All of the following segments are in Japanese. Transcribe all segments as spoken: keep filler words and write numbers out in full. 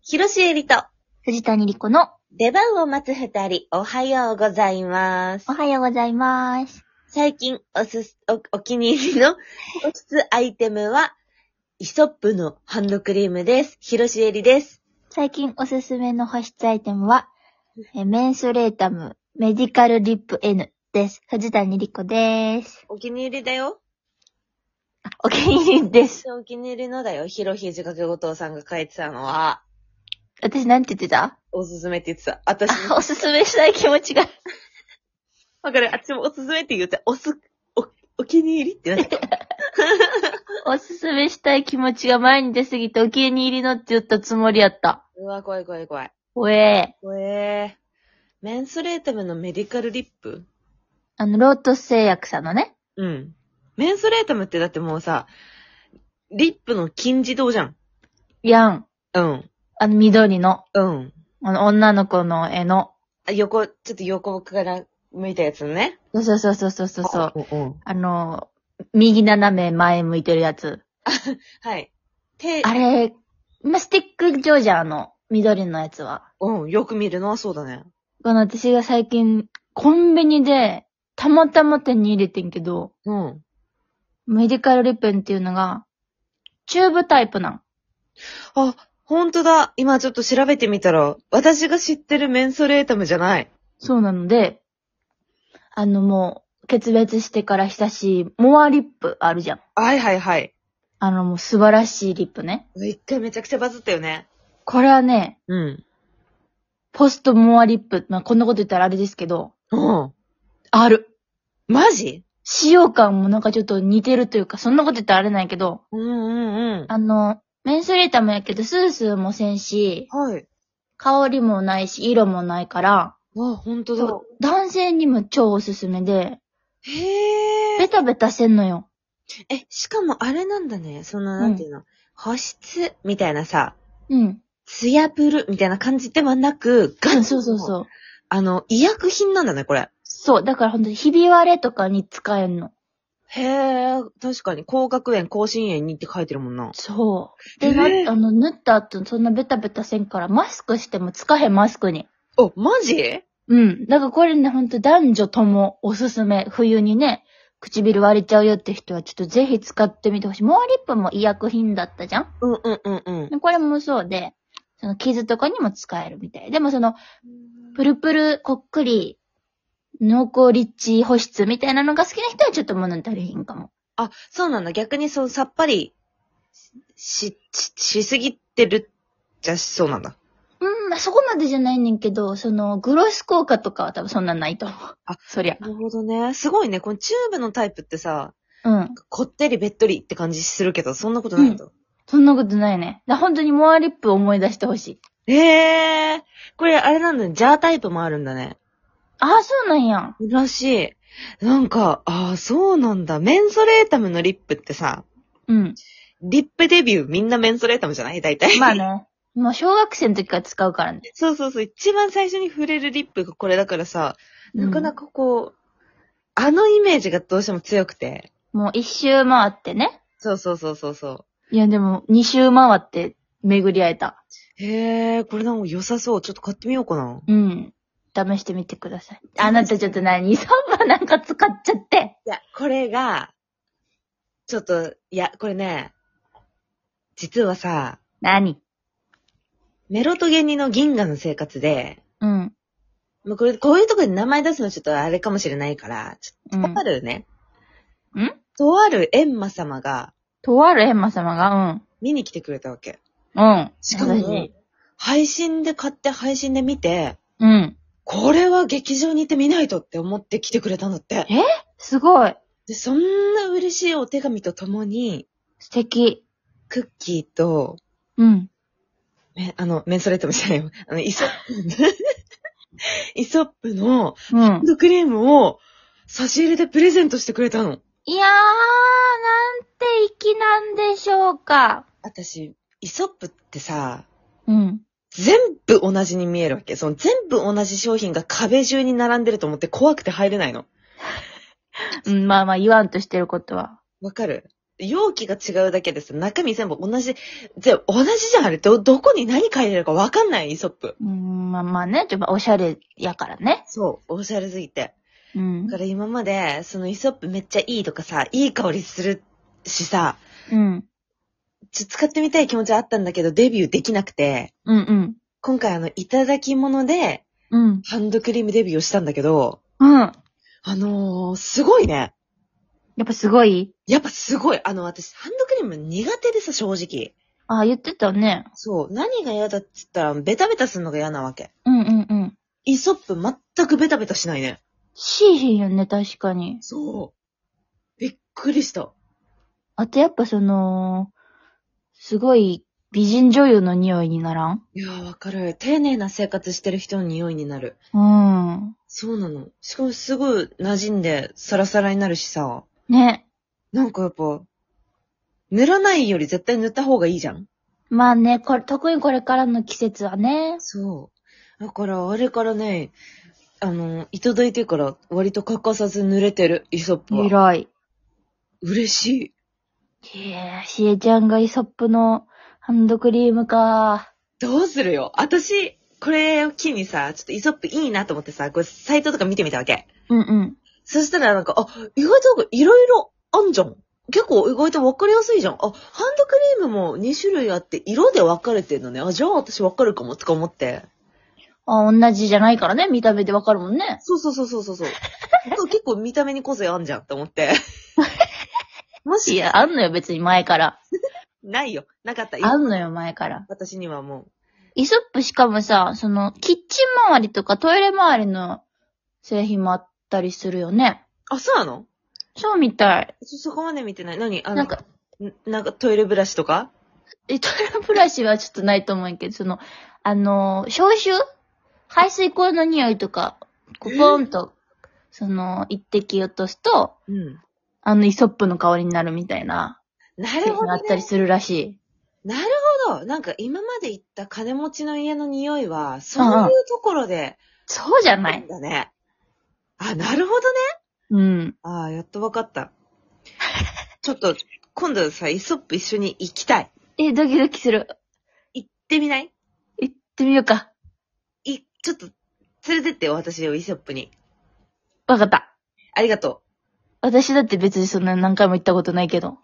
広瀬えりと藤谷莉子の出番を待つ二人、おはようございます。 おはようございます。 最近おすす、お、お気に入りの保湿アイテムは、イソップのハンドクリームです。広瀬えりです。 最近おすすめの保湿アイテムは、えメンソレータムメディカルリップ N です。藤谷莉子です。 お気に入りだよ。 あ、お気に入りです。 お気に入りのだよ。広ひじかけ後藤さんが書いてたのは、 私なんて言ってた？ おすすめって言ってた。私あ、おすすめしたい気持ちが。 わかる。私もおすすめって言って、おす、お、お気に入りってなってた。 おすすめしたい気持ちが前に出すぎてお気に入りのって言ったつもりやった。 うわ、怖い怖い怖い。 おえー。 怖えー。メンソレータムのメディカルリップ？ あの、ロートス製薬さんのね。 うん。メンソレータムってだってもうさ、リップの金字塔じゃん。 やん。 うん。 あの、緑の。 うん。 あの、女の子の絵の。 あ、横、ちょっと横から向いたやつね。 そうそうそうそうそうそう。 うんうん。 あの、右斜め前向いてるやつ。 はい。手、 あれ、ま、スティック状じゃん、あの、緑のやつは。 うん、よく見るのはそうだね。 この私が最近、コンビニで、たまたま手に入れてんけど、 うん。 メディカルリペンっていうのが、チューブタイプなん。 あ、ほんとだ。今ちょっと調べてみたら、私が知ってるメンソレータムじゃない。 そうなので、あのもう、決別してから久しい、モアリップあるじゃん。 はいはいはい。 あのもう素晴らしいリップね。 一回めちゃくちゃバズったよね。 これはね、 うん。 ポストモアリップ、まあ、こんなこと言ったらあれですけど、 うん。 ある。 マジ？ 使用感もなんかちょっと似てるというか、そんなこと言ったらあれないけど、 うんうんうん。 あの、メンソレータムやけど、スースーもせんし、 はい。 香りもないし、色もないから、 わ、ほんとだ。 そう、男性にも超おすすめで、 へー。 ベタベタせんのよ。 え、しかもあれなんだね。その、なんていうの、保湿みたいなさ、 うん。 ツヤプルみたいな感じではなく、ガうん、 チの、 そうそうそう。 あの、医薬品なんだね、これ。 そう、だからほんとにひび割れとかに使えんの。 へー、確かに、高学園、高心炎にって書いてるもんな。 そう。で、 へーな、あの、塗った後、そんなベタベタせんから、マスクしてもつかへん、マスクに。 お、マジ？ うん。だからこれね、ほんと男女ともおすすめ。冬にね、唇割れちゃうよって人はちょっとぜひ使ってみてほしい。モアリップも医薬品だったじゃん。 うんうんうんうん。 でこれもそうで、その傷とかにも使えるみたい。でもその、プルプル、こっくり、濃厚リッチ保湿みたいなのが好きな人はちょっと物足りひんかも。 あ、そうなんだ。逆にそう、さっぱりし、し、しすぎてるじゃそうなんだ。 うん、まあ、そこまでじゃないねんけど、その、グロス効果とかは多分そんなんないと思う。 あ、 そりゃ。 なるほどね。すごいね。このチューブのタイプってさ、 うん。 こってりべっとりって感じするけど、そんなことないんだ。 そんなことないね。だ本当にモアリップを思い出してほしい。 へえー。これあれなんだね。ジャータイプもあるんだね。 ああ、そうなんや。 らしい。なんか、ああ、そうなんだ。メンソレータムのリップってさ、 うん。 リップデビューみんなメンソレータムじゃない大体。 まあね。もう小学生の時から使うからね。 そうそうそう。一番最初に触れるリップがこれだからさ、なかなかこう、あのイメージがどうしても強くて。 もう一周回ってね。 そうそうそうそうそう。 いやでも二周回って巡り会えた。 へえ、これなんか良さそう。ちょっと買ってみようかな。 うん。試してみてください。あなたちょっと何サンバなんか使っちゃって。 いや、これが、ちょっと、いや、これね、実はさ、 何？ メロトゲニの銀河の生活で、 うん。 もうこれ、こういうところで名前出すのちょっとあれかもしれないから、ちょっと、とあるね、 んとあるエンマ様がとあるエンマ様が、 見に来てくれたわけ。 うん。うん。 しかも私、 配信で買って配信で見て、 うん。 これは劇場に行って見ないとって思って来てくれたんだって。 えすごい。 で、そんな嬉しいお手紙とともに、 素敵。 クッキーと、 うん。 め、あの、メンソレートみたいな、あの、イソップ、イソップのうん。 ハンドクリームを差し入れでプレゼントしてくれたの。 いやー、なんて粋なんでしょうか。 私、イソップってさ、 うん。 全部同じに見えるわけ。その全部同じ商品が壁中に並んでると思って怖くて入れないの。 うん、まあまあ言わんとしてることは。 わかる？ 容器が違うだけでさ、中身全部同じ、ぜ同じじゃん、あれ。ど、どこに何書いてるかわかんないイソップ。 うーん、まあまあね、ちょっとおしゃれやからね。 そう、おしゃれすぎて。 うんだか。ら今まで、そのイソップめっちゃいいとかさ、いい香りするしさ、 うん。 ちょ使ってみたい気持ちはあったんだけど、デビューできなくて、 うんうん。 今回あの、いただき物で、 うん。 ハンドクリームデビューをしたんだけど、 うん。やあのー、すごいね。 っぱすごいやっぱすごい。あの、私、ハンドクリーム苦手でさ、正直。 ああ、言ってたね。 そう。何が嫌だって言ったら、ベタベタするのが嫌なわけ。 うんうんうん。 イソップ全くベタベタしないね。 しーひんよね、確かに。 そう。びっくりした。 あとやっぱその、すごい美人女優の匂いにならん？ いやー、わかる。丁寧な生活してる人の匂いになる。 うん。 そうなの。しかもすぐ馴染んでサラサラになるしさ。 ね。 なんかやっぱ、塗らないより絶対塗った方がいいじゃん。 まあね、これ、特にこれからの季節はね。 そう。だから、あれからね、あの、いただいてから割と欠かさず濡れてる、イソップは。 偉い。 嬉しい。 いやー、しえちゃんがイソップのハンドクリームか。 どうするよ。私、これを機にさ、ちょっとイソップいいなと思ってさ、これサイトとか見てみたわけ。 うんうん。 そしたらなんか、あ、意外となんかいろいろあんじゃん。結構意外と分かりやすいじゃん。あ、ハンドクリームもに種類あって色で分かれてんのね。あ、じゃあ私分かるかもとか思って。 あ、同じじゃないからね、見た目でわかるもんね。 そうそうそうそうそうそう。結構見た目に個性あんじゃんって思って。もし、 いや、あんのよ、別に前から。 ないよ。なかった。 あんのよ、前から。 私にはもイソップしかもさ、その、キッチン周りとかトイレ周りの製品もあったりするよね。 う。あ、そうなの？ そうみたい。 そ、そこまで見てない。何あの、 なんか、 んなんかトイレブラシとか？ え、トイレブラシはちょっとないと思うんけど、その、あの、消臭排水口の匂いとか、こうポーンと、その、一滴落とすと、 うん。 あの、イソップの香りになるみたいな、 な製るほどね。 品あったりするらしい。 なるほど。なんか今まで行った金持ちの家の匂いは、そういうところで、 そうじゃななんい。 だね。あ、なるほどね。 うん。 ああ、やっとわかった。ちょっと、今度さ、イソップ一緒に行きたい。 え、ドキドキする。 行ってみない？ 行ってみようか。 い、ちょっと、連れてってよ、私をイソップに。 わかった。 ありがと私だって別にそんな何回も行ったことないけど。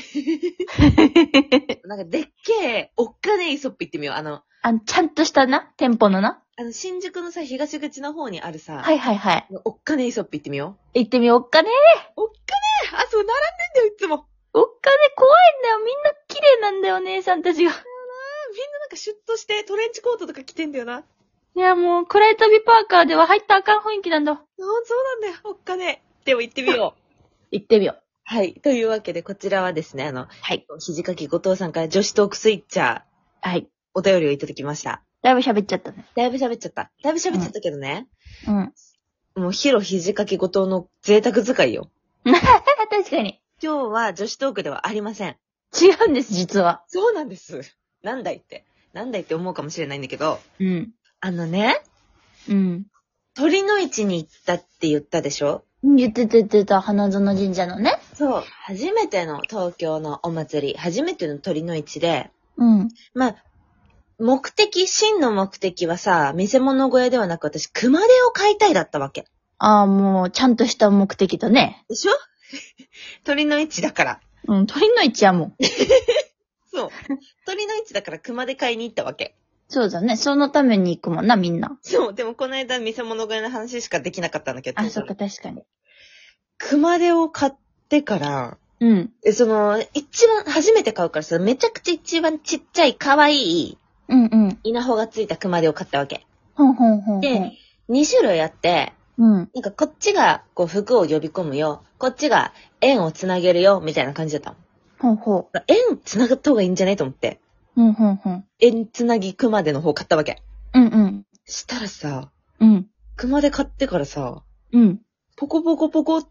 う。なんか、でっけえ、おっかねえイソップ行ってみよう。あの、 あの、ちゃんとしたな、店舗のな。 あの、新宿のさ、東口の方にあるさ、 はいはいはい。 おっかねえイソップ行ってみよ行ってみようかね。 う。おっかねえあ、そう、並んでんだよ、いつも。 おっかね、怖いんだよ。みんな綺麗なんだよ、姉さんたちが。 みんななんかシュッとしてトレンチコートとか着てんだよな。 いや、もう、暗い旅パーカーでは入ったらあかん雰囲気なんだ。 あ、そうなんだよ、おっかねえ。でも行ってみよう。 行ってみよう。 はい。というわけで、こちらはですね、あの、 はい。 ひじかき後藤さんから女子トークスイッチャー、 はい。 お便りをいただきました。 だいぶ喋っちゃったね。 だいぶ喋っちゃった。だいぶ喋っちゃったけどね。 うん。 もう、ヒロひじかき後藤の贅沢使いよ。 確かに。 今日は女子トークではありません。 違うんです、実は。 そうなんです。なんだいって。なんだいって思うかもしれないんだけど、 うん。 あのね、 うん。 鳥の市に行ったって言ったでしょ？ 言ってた言ってた、花園神社のね。 そう。初めての東京のお祭り、初めての鳥の市で、 うん。 まあ、目的、真の目的はさ、見せ物小屋ではなく私、熊手を買いたいだったわけ。 ああ、もう、ちゃんとした目的だね。 でしょ？鳥の市だから。 うん、鳥の市やもん。 そう。鳥の市だから熊手買いに行ったわけ。 そうだね。そのために行くもんな、みんな。 そう。でもこの間見せ物小屋の話しかできなかったんだけど。 あ、そっか、確かに。 熊手を買ってから、 うん。 えその、一番、初めて買うからさ、めちゃくちゃ一番ちっちゃい可愛いうんうん。 稲穂がついた熊手を買ったわけ。 ほんほんほんほん。 で、に種類あって、 うん。 なんかこっちがこう服を呼び込むよ、こっちが縁をつなげるよ、みたいな感じだったの。 ほんほ縁つながった方がいいんじゃないと思って、 ん。うんほんほん。 縁つなぎ熊手の方買ったわけ。 うんうん。 したらさ、 うん。 熊手買ってからさ、 うん。 ポコポコポコって、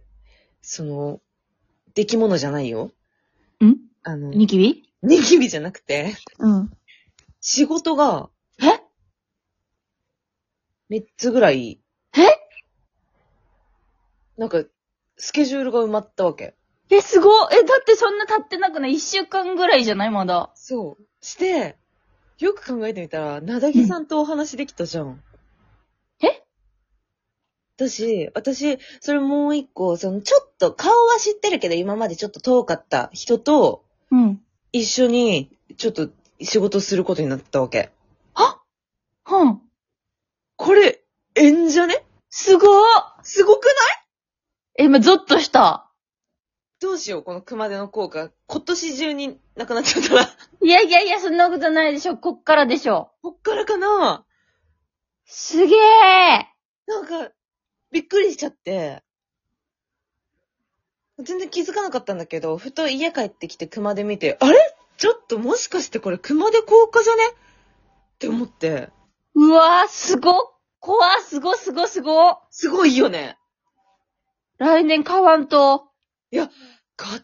その、出来物じゃないよ。 んあの、 ニキビニキビじゃなくて、 うん。 仕事がえみっつぐらい、 えなんか、スケジュールが埋まったわけ。 え、すごっ。え、だってそんな経ってなくない？一週間ぐらいじゃないまだ。 そう。して、よく考えてみたら、なだぎさんとお話できたじゃん。うん、 え私、私、それもう一個、その、ちょっと、顔は知ってるけど、今までちょっと遠かった人と、 うん。 一緒に、ちょっと、仕事することになったわけ。 はうん。 これ、えんじゃね？ すごー。 すごくない？ え、今、ゾッとした。 どうしよう、この熊手の効果。今年中になくなっちゃったら。 いやいやいや、そんなことないでしょ。こっからでしょ。 こっからかな？ すげー。 なんか、びっくりしちゃって。全然気づかなかったんだけど、ふと家帰ってきて熊手見て、あれ？ちょっともしかしてこれ熊手効果じゃね？って思って。 うわー、すごっ。怖ー、すごすごすご。 すごいよね。 来年買わんと。 いや、買って。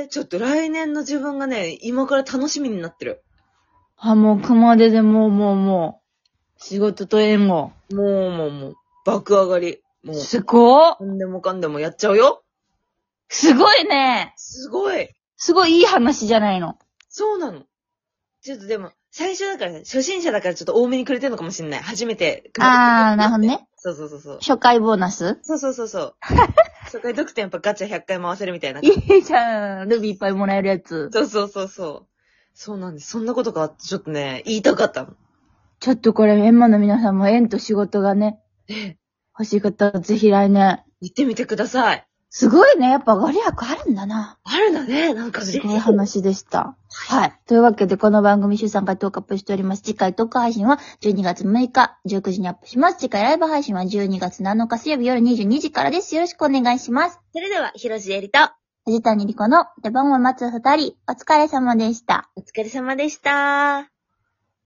ちょっと来年の自分がね、今から楽しみになってる。 あ、もう熊手でもうもうもう、仕事と縁を。 もうもうもう、爆上がり。もう、 すごっ。 なんでもかんでもやっちゃうよ。 すごいね。 すごい。 すごいいい話じゃないの。 そうなの。ちょっとでも、最初だから、初心者だからちょっと多めにくれてるのかもしれない。初めて。 あー、なるほどね。 そうそうそうそう。 初回ボーナスそうそうそうそう。初回特典やっぱガチャひゃっかい回せるみたいな。 いいじゃん。ルビーいっぱいもらえるやつ。 そうそうそうそう。そうなんです。そんなことがあってちょっとね、言いたかったの。 ちょっとこれ、エンマの皆さんも縁と仕事がね、 ね、 欲しい方はぜひ来年。 行ってみてください。 すごいね。やっぱご利益あるんだな。 あるんだね。なんかすごい話でした。はい。というわけで、この番組週さんかいトークアップしております。次回トーク配信はじゅうにがつむいかじゅうくじにアップします。次回ライブ配信はじゅうにがつなのか水曜日夜にじゅうにじからです。よろしくお願いします。 それでは、広瀬えりと、 藤谷莉子の出番を待つ二人、お疲れ様でした。 お疲れ様でした。